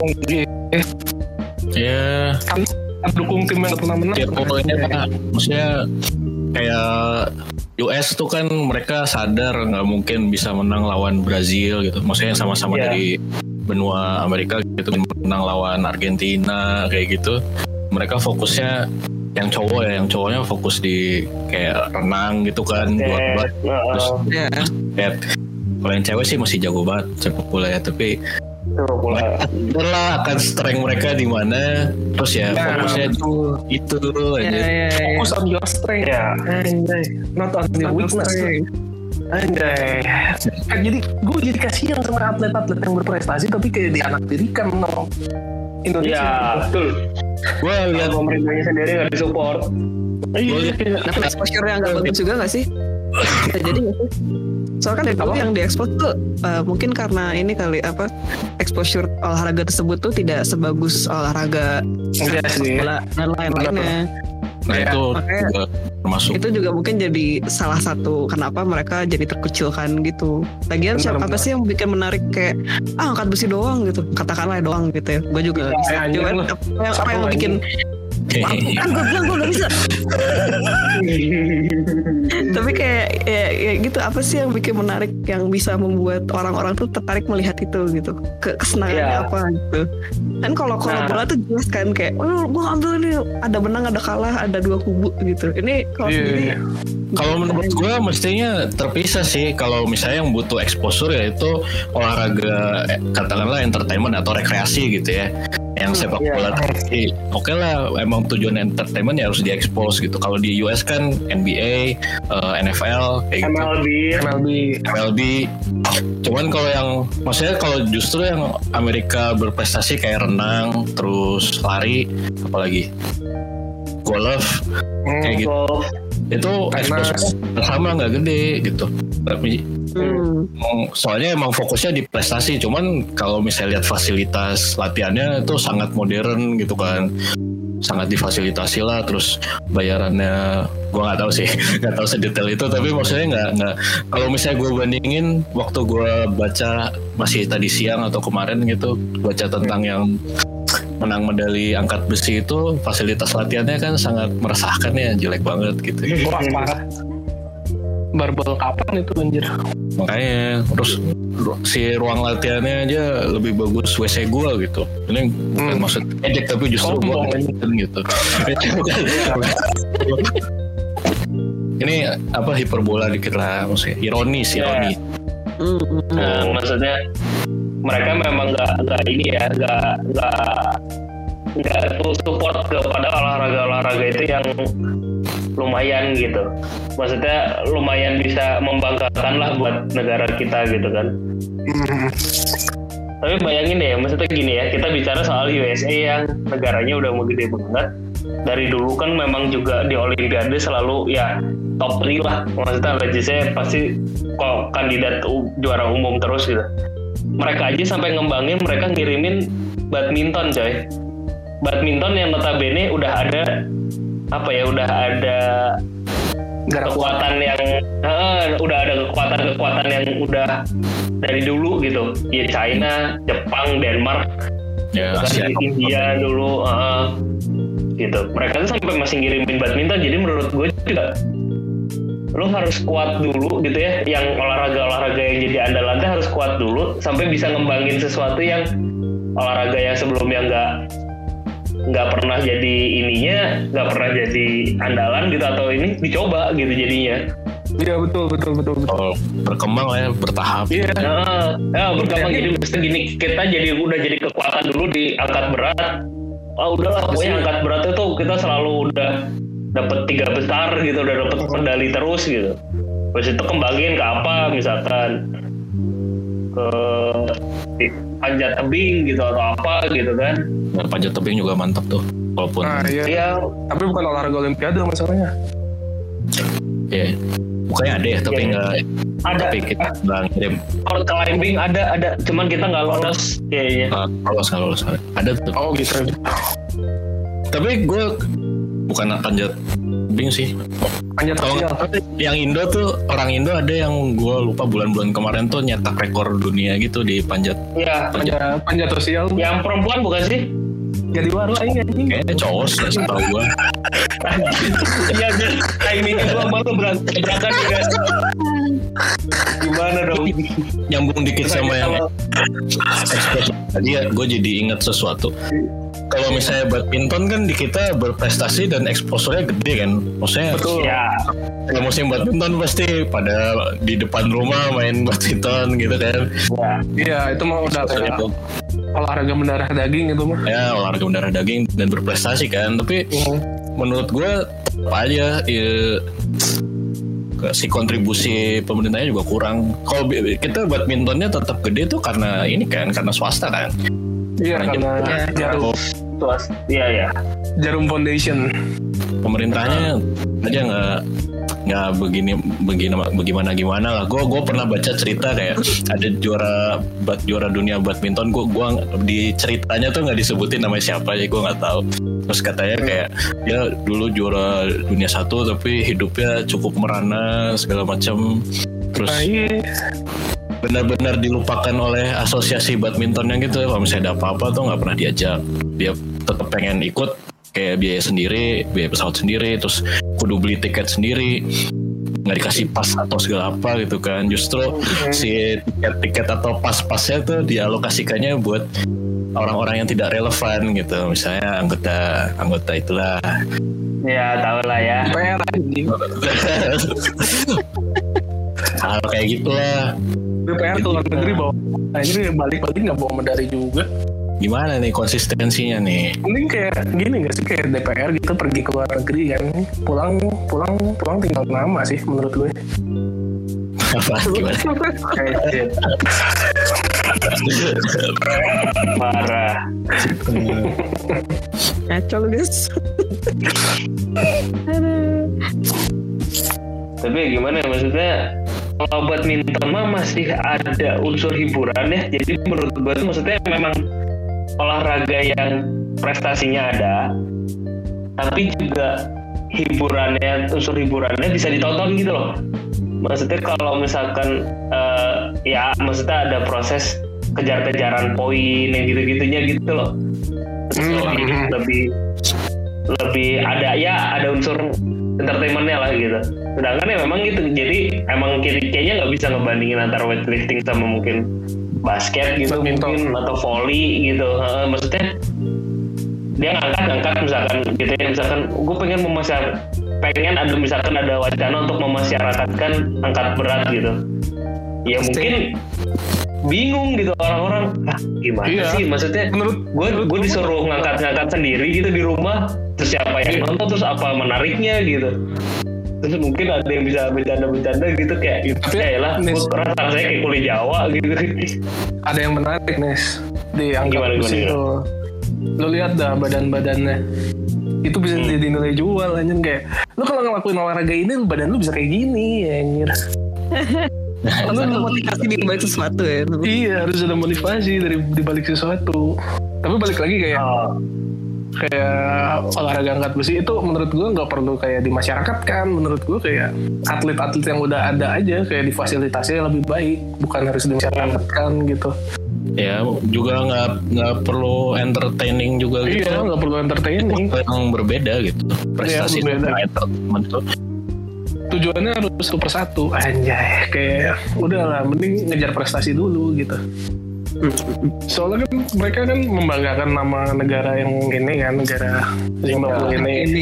Ya, Dukung tim yang pernah menang. ya pokoknya maksudnya kayak U S tuh kan mereka sadar nggak mungkin bisa menang lawan Brazil gitu. Maksudnya sama-sama Iya. dari benua Amerika gitu, menang lawan Argentina kayak gitu. Mereka fokusnya yang cowok ya, yang cowoknya fokus di kayak renang gitu kan, buat buat Nah, terus Ya. kayak kalau yang cewek sih masih jago banget sepak bola ya, tapi sepak bola. Itulah akan strength mereka di mana, terus ya Nah, fokusnya betul. itu Ya, aja. ya, ya. Fokus on your strength. Ya. Anjay. Not on your weakness. Anjay. Kan jadi gue jadi kasihan sama atlet-atlet yang berprestasi tapi kayak dianaktirikan sama Indonesia. Ya, betul. Gue lihat Kalau pemerintahnya sendiri nggak disupport. Iya, kayak Dapat exposure yang gak bagus juga gak sih? Bisa jadi gak sih? Soalnya kan dari dulu yang diekspos tuh uh, mungkin karena ini kali apa exposure olahraga tersebut tuh tidak sebagus olahraga enggak sih. bola dan lain-lainnya. nah Ya, itu makanya- juga termasuk Itu juga mungkin jadi salah satu kenapa mereka jadi terkecilkan gitu. Lagian siapa apa Benar-benar. sih yang bikin menarik kayak ah angkat besi doang gitu, katakanlah doang gitu ya. Gue juga Ya, bisa. anjing Cuman lu. apa yang, apa Siapa yang lu, bikin wah, kan gue bilang gue gak bisa. Tapi kayak ya, ya gitu apa sih yang bikin menarik yang bisa membuat orang-orang tuh tertarik melihat itu gitu. Ke kesenangannya Iya. apa gitu. Kan kalau kalau Nah. bola tuh jelas kan kayak oh gue ambil ini ada menang ada kalah ada dua kubu gitu. Ini kalau Iya, sendiri iya. Kalau menurut gue mestinya terpisah sih. Kalau misalnya yang butuh exposure ya itu olahraga eh, katakanlah entertainment atau rekreasi gitu ya. Yang sepak iya. bola tadi oke lah emang tujuan entertainment ya harus diekspos gitu. Kalau di U S kan N B A, eh, N F L kayak M gitu. L B. M L B. M L B. Cuman kalau yang maksudnya kalau justru yang Amerika berprestasi kayak renang, terus lari, apalagi golf kayak gitu. Golf. Itu Tenis. exposure sama nggak gede gitu. Tapi hmm. emang- soalnya emang fokusnya di prestasi. Cuman kalau misalnya lihat fasilitas latihannya itu sangat modern gitu kan. Sangat difasilitasi lah, terus bayarannya gue nggak tahu sih, nggak tahu sedetail itu, tapi maksudnya nggak nggak kalau misalnya gue bandingin waktu gue baca masih tadi siang atau kemarin gitu baca tentang yang menang medali angkat besi itu fasilitas latihannya kan sangat meresahkan ya, jelek banget gitu. Wah, parah. Barbel kapan itu anjir? Makanya terus ru- si ruang latihannya aja lebih bagus W C gua gitu. Ini bukan Hmm. maksud ejek tapi justru gua Sombong, ngikutin gitu. Ini apa hiperbola dikit lah maksudnya. Ironis, Ya. ironis. Hmm. Nah, maksudnya mereka memang nggak nggak ini ya nggak nggak nggak tuh support kepada olahraga-olahraga itu yang lumayan gitu. Maksudnya lumayan bisa membanggakan lah buat negara kita gitu kan. Hmm. Tapi bayangin deh, maksudnya gini ya, kita bicara soal U S A yang negaranya udah mau gede banget. Dari dulu kan memang juga di Olimpiade selalu ya top tiga lah. Maksudnya Rajisnya pasti kok kandidat u- juara umum terus gitu. Mereka aja sampai ngembangin, mereka ngirimin badminton coy. Badminton yang notabene udah ada apa ya, udah ada Gara kekuatan yang eh, udah ada kekuatan-kekuatan yang udah dari dulu gitu. Ya China, Jepang, Denmark, Ya, kan, Asia. India dulu eh, gitu. Mereka tuh sampai masih ngirimin badminton. Jadi menurut gue juga lu harus kuat dulu gitu ya. Yang olahraga-olahraga yang jadi andalan tuh harus kuat dulu sampai bisa ngembangin sesuatu yang olahraga yang sebelumnya nggak nggak pernah jadi ininya, nggak pernah jadi andalan gitu atau ini dicoba gitu jadinya. Iya betul betul betul betul. Oh, berkembang lah ya, bertahap. Iya. Nah, ya berkembang jadi mesti gini, kita jadi udah jadi kekuatan dulu di angkat berat. Ah udahlah, pokoknya angkat berat itu kita selalu udah dapat tiga besar gitu, udah dapat medali terus gitu. Terus itu kembangin ke apa misalkan ke panjat tebing gitu atau apa gitu kan. Nah, panjat tebing juga mantap tuh. Walaupun Nah, iya. Ya Tapi bukan olahraga Olimpiade masalahnya. ya bukannya ada ya tapi Iya. nggak ada tapi kita nggak ngirim. kalau climbing ada ada cuman kita nggak lolos kayaknya. Nggak lolos nggak lolos ada tuh. Oh gitu. Tapi gue bukan panjat tebing sih. Panjat Kalau sosial. nggak salah, yang Indo tuh orang Indo ada yang gue lupa bulan-bulan kemarin tuh nyetak rekor dunia gitu di panjat. Ya, Panjat panjat sosial. yang perempuan bukan sih? Jadi baru aing anjing. Kayaknya cowok sih setahu gue. Iya, guys. Timing itu malu berangkat juga. Gimana dong? Nyambung dikit sama yang Kalau- ekspos tadi ya, gue jadi inget sesuatu. Kalau misalnya badminton kan di kita berprestasi dan exposure-nya gede kan. Maksudnya Betul. Ya, kalau musim badminton pasti pada di depan rumah main badminton gitu kan. ya. Iya itu mah udah Maksudnya kayak tuh, olahraga mendarah daging itu mah. Ya olahraga mendarah daging dan berprestasi kan. Tapi Hmm. menurut gue apa aja ya, si kontribusi pemerintahnya juga kurang. Kalau kita badmintonnya tetap gede tuh karena ini kan, karena swasta kan. Iya, karena Ya. Jarum, Tuas, iya ya. Jarum Foundation. Pemerintahnya aja nggak nggak begini begini bagaimana gimana lah. Gue gue pernah baca cerita kayak ada juara bat juara dunia badminton. Gue gue di ceritanya tuh nggak disebutin namanya siapa ya, gue nggak tahu. Terus katanya kayak dia dulu juara dunia satu tapi hidupnya cukup merana segala macam. Terus Nah, iya. benar-benar dilupakan oleh asosiasi badmintonnya gitu. Kalau misalnya ada apa-apa tuh nggak pernah diajak. Dia tetap pengen ikut, kayak biaya sendiri, biaya pesawat sendiri, terus kudu beli tiket sendiri, nggak dikasih pas atau segala apa gitu kan. Justru si tiket-tiket atau pas-pasnya tuh dialokasikannya buat orang-orang yang tidak relevan gitu. Misalnya anggota anggota itulah. Ya tau lah ya. P R anjing. Hal kayak gitulah. D P R ke luar negeri bawa. Nah, ini balik-balik nggak bawa medali juga. Gimana nih konsistensinya nih? Mending kayak gini nggak sih, kayak D P R gitu pergi ke luar negeri kan, pulang pulang pulang tinggal nama sih menurut gue. Apa gimana? Anjir. Parah. Ngaco lu guys. Aduh. Tapi gimana ya, maksudnya kalau badminton mah masih ada unsur hiburan ya. Jadi menurut gue tuh maksudnya memang olahraga yang prestasinya ada, tapi juga hiburannya, unsur hiburannya bisa ditonton gitu loh. Maksudnya kalau misalkan uh, ya maksudnya ada proses kejar-kejaran poin yang gitu-gitunya gitu loh. Hmm. Lebih, lebih lebih ada ya ada unsur entertainmentnya lah gitu. Sedangkan ya memang gitu, jadi emang kayaknya nggak bisa ngebandingin antara weightlifting sama mungkin basket gitu, badminton mungkin atau volley gitu. Uh, maksudnya dia ngangkat-ngangkat misalkan gitu ya, misalkan gue pengen memasyarakatkan, pengen ada misalkan ada wacana untuk memasyarakatkan angkat berat gitu. Ya mungkin bingung gitu orang-orang, ah gimana Iya. sih, maksudnya Menurut gue gue disuruh ngangkat-ngangkat sendiri gitu di rumah, terus siapa yang Iya. nonton, terus apa menariknya gitu. Terus mungkin ada yang bisa bercanda-bercanda gitu kayak Tapi, ya lah, Nis, gue rasa saya kayak kulit Jawa gitu. ada yang menarik nih di angkat Gimana, besi gimana, itu. Lo lihat dah badan-badannya. Itu bisa Hmm. jadi nilai jual anjir, kayak lu kalau ngelakuin olahraga ini lu badan lu bisa kayak gini anjir. Harus ada motivasi di balik sesuatu ya. Iya, harus ada motivasi dari di balik sesuatu. Tapi balik lagi kayak Oh, kayak olahraga angkat besi itu menurut gue nggak perlu kayak di masyarakat kan. Menurut gue kayak atlet-atlet yang udah ada aja kayak difasilitasi lebih baik, bukan harus di masyarakat kan gitu. Ya juga nggak nggak perlu entertaining juga gitu. Iya, nggak perlu entertaining. Memang berbeda gitu. Prestasi Iya, berbeda. sama entertainment tuh. Tujuannya harus satu persatu anjay, kayak udahlah mending ngejar prestasi dulu gitu. Soalnya kan mereka kan membanggakan nama negara yang ini kan, negara Zimbabwe ini. Ini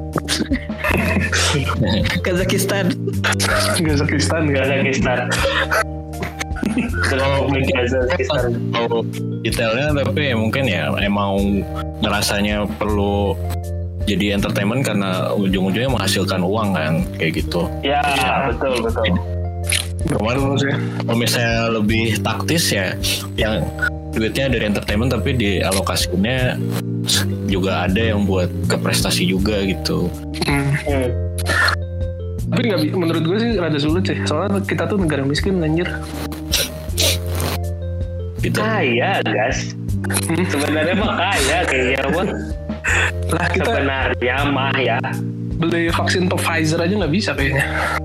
Kazakhstan. Kazakhstan kan. Kazakhstan. Terus mungkin Kazakhstan. Kalau detailnya tapi ya mungkin ya emang ngerasanya perlu jadi entertainment karena ujung-ujungnya menghasilkan uang kan kayak gitu. Ya, betul betul. Cuman kalau misalnya lebih taktis ya yang duitnya dari entertainment tapi dialokasinya juga ada yang buat ke prestasi juga gitu. Hmm. Hmm. Tapi nggak, bi- menurut gue sih rada sulit sih. Soalnya kita tuh negara miskin anjir. Gitu. Kaya, gas. Sebenarnya mah kaya kayaknya mah. Lah kita Sebenarnya mah ya. beli vaksin Pfizer aja nggak bisa kayaknya.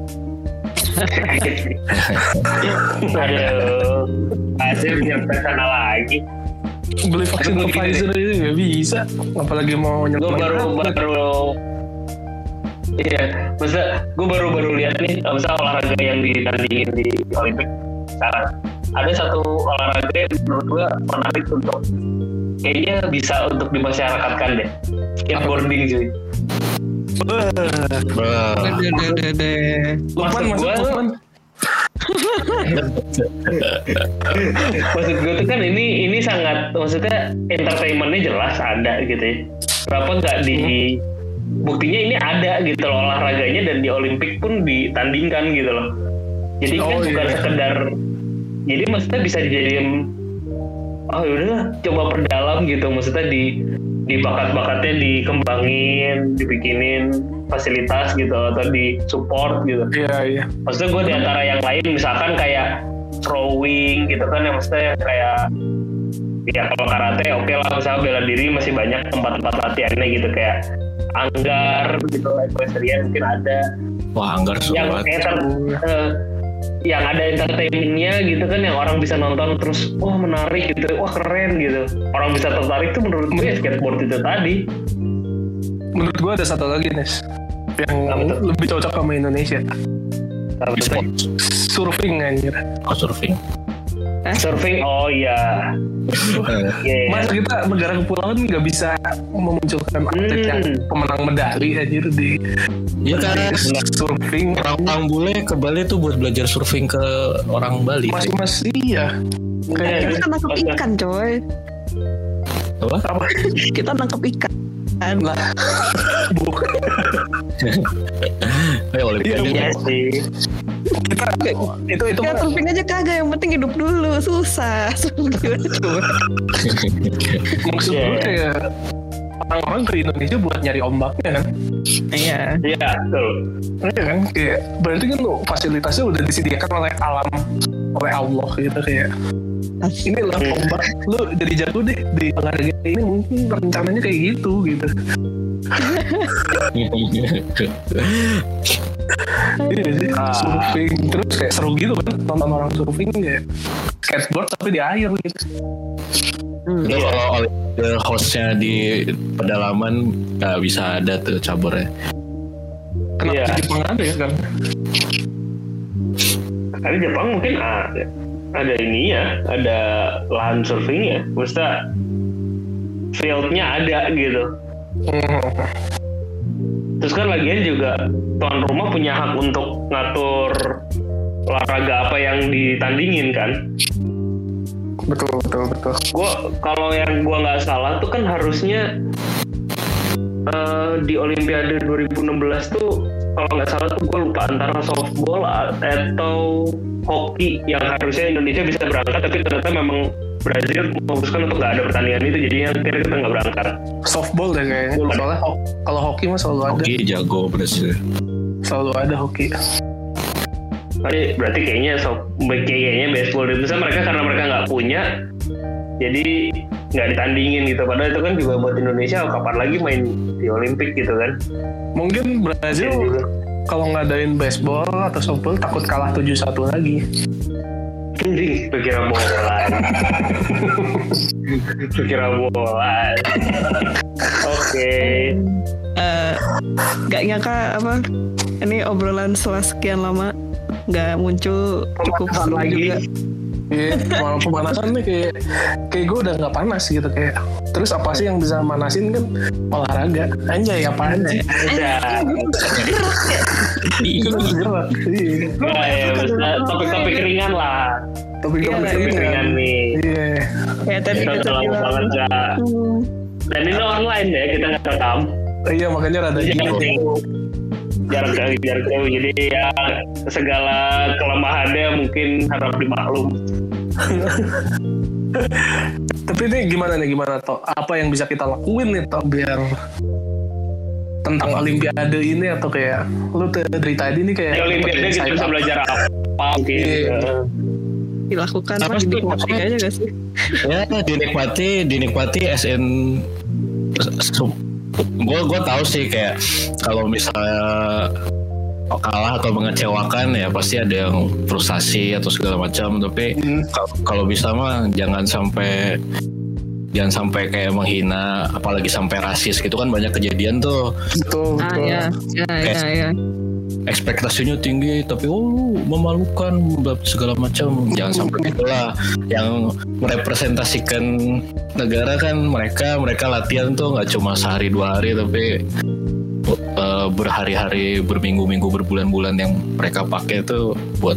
Aduh, hasil nyampe sana lagi. Beli vaksin Tapi begini Pfizer aja nggak bisa. Apalagi mau Gue nyelamatin baru atlet. baru iya, masa gue baru baru lihat nih, masa olahraga yang ditandingin di Olimpik sekarang. Ada satu olahraga yang menurut gue menarik untuk kayaknya bisa untuk dimasyarakatkan deh. Skateboarding cuy. Bah, Dede, dede. Lukman Maksud masuk gua- Lukman. Maksud gue tuh kan ini ini sangat, maksudnya entertainmentnya jelas ada gitu ya. Kenapa nggak di buktinya ini ada gitu loh olahraganya, dan di Olimpik pun ditandingkan gitu loh. Jadi kan Oh, bukan iya. sekedar, jadi maksudnya bisa dijadiin oh yaudahlah coba perdalam gitu, maksudnya di di bakat-bakatnya dikembangin, dibikinin fasilitas gitu atau di support gitu. Iya iya. Maksudnya gue di antara yang lain misalkan kayak throwing gitu kan, yang maksudnya kayak ya kalau karate oke okay lah, misalnya bela diri masih banyak tempat-tempat latihannya gitu, kayak anggar gitu, equestrian mungkin ada. Wah, anggar Yang sobat. enter, eh, yang ada entertainmentnya gitu kan, yang orang bisa nonton terus wah menarik gitu, wah keren gitu, orang bisa tertarik tuh menurut gue ya skateboard itu tadi. Menurut gue ada satu lagi Nes yang Apa tuh? lebih cocok sama Indonesia. Tapi E-sport. Surfing anjir. Oh, surfing. surfing, oh iya, yeah. Masa kita negara kepulauan nggak bisa memunculkan atlet yang Hmm. pemenang medali anjir di Iya kan, di surfing. orang-orang bule ke Bali tuh buat belajar surfing ke orang Bali. Masih-masih iya. Kayak Kita kan nangkep ikan coy. Apa? apa? Kita nangkep ikan. Lah, bukan. Eh, Olimpiade. Iya sih. Kita itu itu Ya mah surfing aja kagak, yang penting hidup dulu. Susah. Gimana coba? maksud gue Iya. kayak orang-orang ke Indonesia buat nyari ombaknya kan. Iya. Iya betul. Iya kan, kayak berarti kan lo fasilitasnya udah disediakan oleh alam, oleh Allah gitu kayak. Ini lah ombak, lu jadi jago deh di olahraga ini, mungkin rencananya kayak gitu gitu. Iya sih, surfing terus kayak seru gitu kan nonton orang surfing kayak skateboard tapi di air gitu. Itu kalau Olimpiade hostnya di pedalaman nggak bisa ada tuh caburnya. Kenapa Iya. di Jepang ada ya kan? Tapi Jepang mungkin ada, ada ini ya, ada lahan surfingnya, maksudnya fieldnya ada gitu. Hmm. Terus kan lagian juga tuan rumah punya hak untuk ngatur olahraga apa yang ditandingin kan. Betul betul betul. Gue kalau yang gue nggak salah tuh kan harusnya eh, di Olimpiade dua ribu enam belas tuh kalau nggak salah tuh gue lupa antara softball atau hoki yang harusnya Indonesia bisa berangkat, tapi ternyata memang Brazil memutuskan untuk nggak ada pertandingan itu, jadinya akhirnya kita nggak berangkat. Softball deh kayaknya. Soalnya ho- kalau hoki mah selalu ada, Oke, jago Brazil. selalu ada hoki. Tapi berarti kayaknya so, kayaknya baseball itu misalnya mereka karena mereka nggak punya, jadi nggak ditandingin gitu. Padahal itu kan juga buat Indonesia kapan lagi main di Olimpik gitu kan. Mungkin Brazil kalau ngadain baseball atau softball takut kalah tujuh satu lagi. Anjing, lu kira bola. Lu kira bola. Oke. Eh, Gak nyangka apa? Ini obrolan setelah sekian lama nggak muncul cukup Pemanasan seru lagi. juga. Iya, malah pemanasan nih kayak kayak gue udah nggak panas gitu kayak. Terus apa sih yang bisa manasin kan olahraga? Anjay apaan sih? Ada. Kita bergerak. Iya. Enggak ya, bisa topik-topik ringan lah. Topik Iya, topik Topik ringan. ringan nih. Iya. Kayak tadi Kita kita udah lama bilang. banget gak. Hmm, Dan ini online ya, kita nggak rekam. Iya makanya rada Jarak gini. jauh. Jarak jauh, jarak jauh. Jadi ya segala kelemahannya mungkin harap dimaklum. Tapi ini gimana nih gimana toh? Apa yang bisa kita lakuin nih toh biar tentang Olimpiade ini atau kayak lu tuh dari tadi nih kayak Di Olimpiade dapetin kita insight bisa apa? belajar apa mungkin. Iya. dilakukan Apa mah sih? dinikmati aja gak sih? Ya, dinikmati, dinikmati S N. Gue gue tahu sih kayak kalau misalnya kalah atau mengecewakan ya pasti ada yang frustasi atau segala macam, tapi Hmm. kalau- kalau bisa mah jangan sampai jangan sampai kayak menghina, apalagi sampai rasis gitu kan banyak kejadian tuh. Betul, Ah betul. ya, ya, ya, ya. Ekspektasinya tinggi tapi oh lu memalukan segala macam, jangan sampai gitulah. Yang merepresentasikan negara kan mereka mereka latihan tuh nggak cuma sehari dua hari tapi uh, berhari-hari, berminggu-minggu, berbulan-bulan yang mereka pakai tuh buat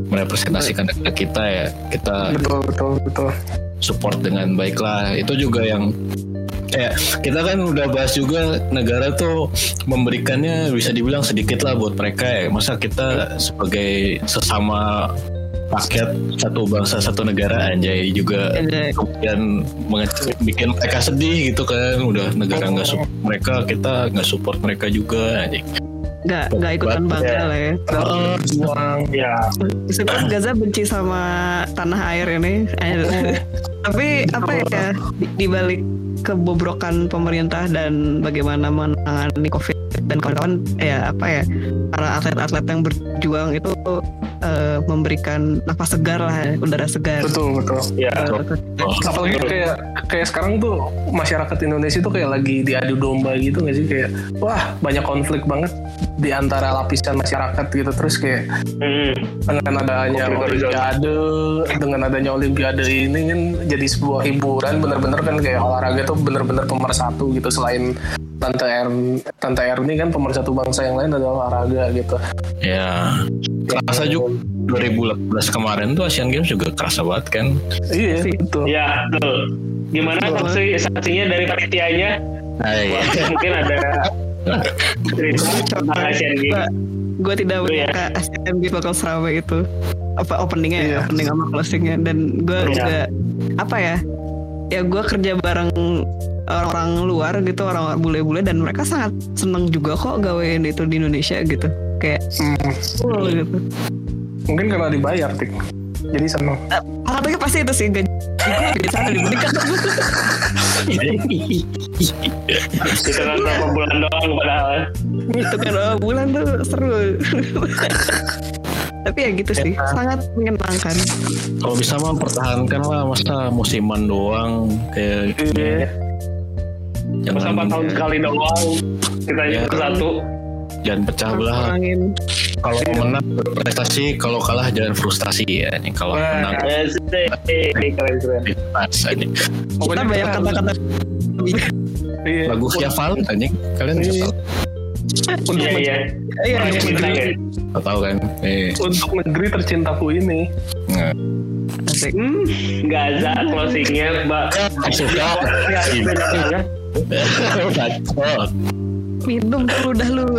merepresentasikan negara kita ya, kita Betul betul betul. support dengan baik lah. Itu juga yang kayak kita kan udah bahas juga, negara tuh memberikannya bisa dibilang sedikit lah buat mereka ya. Masa kita sebagai sesama rakyat satu bangsa satu negara anjay juga Anjay. kemudian menge- bikin mereka sedih gitu kan. Udah negara nggak support mereka, kita nggak support mereka juga anjay. Nggak nggak ikutan bangga lah ya. Oh, juang. Ya. Meskipun Gaza benci sama tanah air ini, eh, tapi apa ya, di, di balik kebobrokan pemerintah dan bagaimana menangani COVID dan kawan-kawan, ya apa ya, para atlet-atlet yang berjuang itu eh, memberikan nafas segar lah, udara segar. Betul betul. Ya. Oh, Apalagi kayak kayak sekarang tuh masyarakat Indonesia tuh kayak lagi diadu domba gitu nggak sih, kayak wah banyak konflik banget di antara lapisan masyarakat gitu. Terus kayak Hmm. dengan adanya Konflik olimpiade, dengan adanya olimpiade ini kan jadi sebuah hiburan, bener-bener kan kayak olahraga tuh bener-bener pemersatu gitu. Selain Tante Erni, Tante Erni kan pemersatu bangsa, yang lain adalah olahraga gitu. ya kerasa juga dua ribu delapan belas kemarin tuh Asian Games juga kerasa banget kan. Iya betul. Ya, betul. Gimana saksi saksinya dari panitianya? Nah, iya. Wah, mungkin ada cerita tentang Asian Games. Gue tidak Oh, iya. menyangka Asian Games bakal seramai itu. Apa openingnya ya, Iya. opening sama closingnya. Dan gue Iya. juga apa ya, ya gue kerja bareng orang-orang luar gitu, orang bule-bule, dan mereka sangat seneng juga kok gawein itu di Indonesia gitu. Kayak Hmm. cool gitu. Mungkin karena dibayar, Tik. Jadi seneng. Ah, tapi pasti itu sih gaji gue di sana dibanding kata gue. Itu kan berapa bulan doang padahal. Itu kan oh, bulan tuh seru. Tapi ya gitu sih, sangat menyenangkan. Kalau bisa mah pertahankan lah, masa musiman doang kayak Iya. Masa empat tahun sekali doang kita Ya. ke satu. jangan pecah belah. Angin. Kalau menang berprestasi, kalau kalah jangan frustasi ya. Nih kalau Wah. menang Asik, keren-keren. bebas aja. Kita Pokoknya banyak kita- kata-kata. Iya. Lagu Syafal aja kalian Iya. bisa Untuk, Iya, iya. Iya, Paling iya. cinta ya. tahu kan? Eh, untuk negeri tercintaku ini. nah. Asik. Hmm, Gaza closingnya, Mbak. Suka. Ya, beda banget. Bacot. Minum tuh udah lu.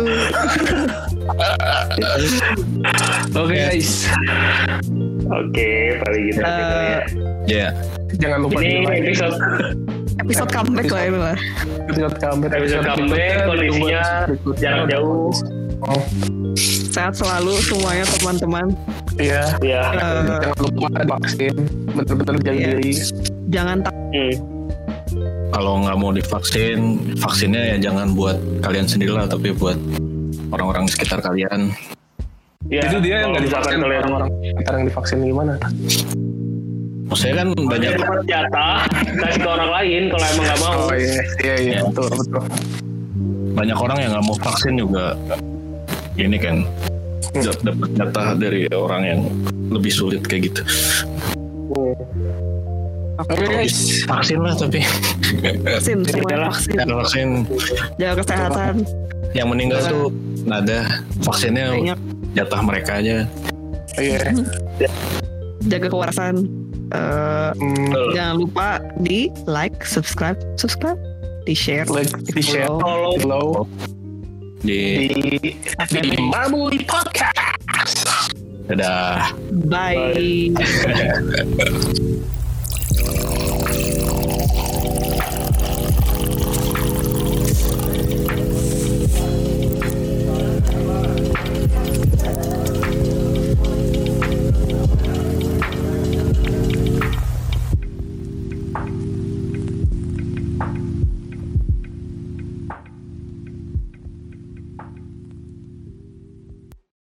Oke guys, Oke, paling gitu. Eh, Ya. jangan lupa Ini di like episode episode comeback lah ini lah. episode comeback, episode comeback, kondisinya jarak jauh. Oh, Sehat selalu semuanya teman-teman. iya. Ya. Eh, Jangan lupa vaksin, bener-bener jaga Iya. diri. jangan tak Hmm. Kalau nggak mau divaksin, vaksinnya ya jangan buat kalian sendiri lah, tapi buat orang-orang di sekitar kalian. Ya, Itu dia yang kalau nggak misalkan divaksin, kalian orang-orang sekitar yang divaksin gimana? Maksudnya kan banyak banyak dapat jatah kasih ke orang lain kalau emang nggak mau. Oh iya, iya, iya, Ya. betul, betul. banyak orang yang nggak mau vaksin juga. Ini kan dap- dapat jatah dari orang yang lebih sulit kayak gitu. Oke guys, Vaksin lah tapi vaksin, semuanya vaksin. Kalau vaksin Jaga kesehatan. yang meninggal tuh nggak ada, vaksinnya Banyak. jatah mereka aja. iya. Jaga kewarasan. Eh, Hmm, jangan lupa di like, subscribe, subscribe, di share, like, di share, Follow. follow Di di di Mabuli Podcast. dadah. bye.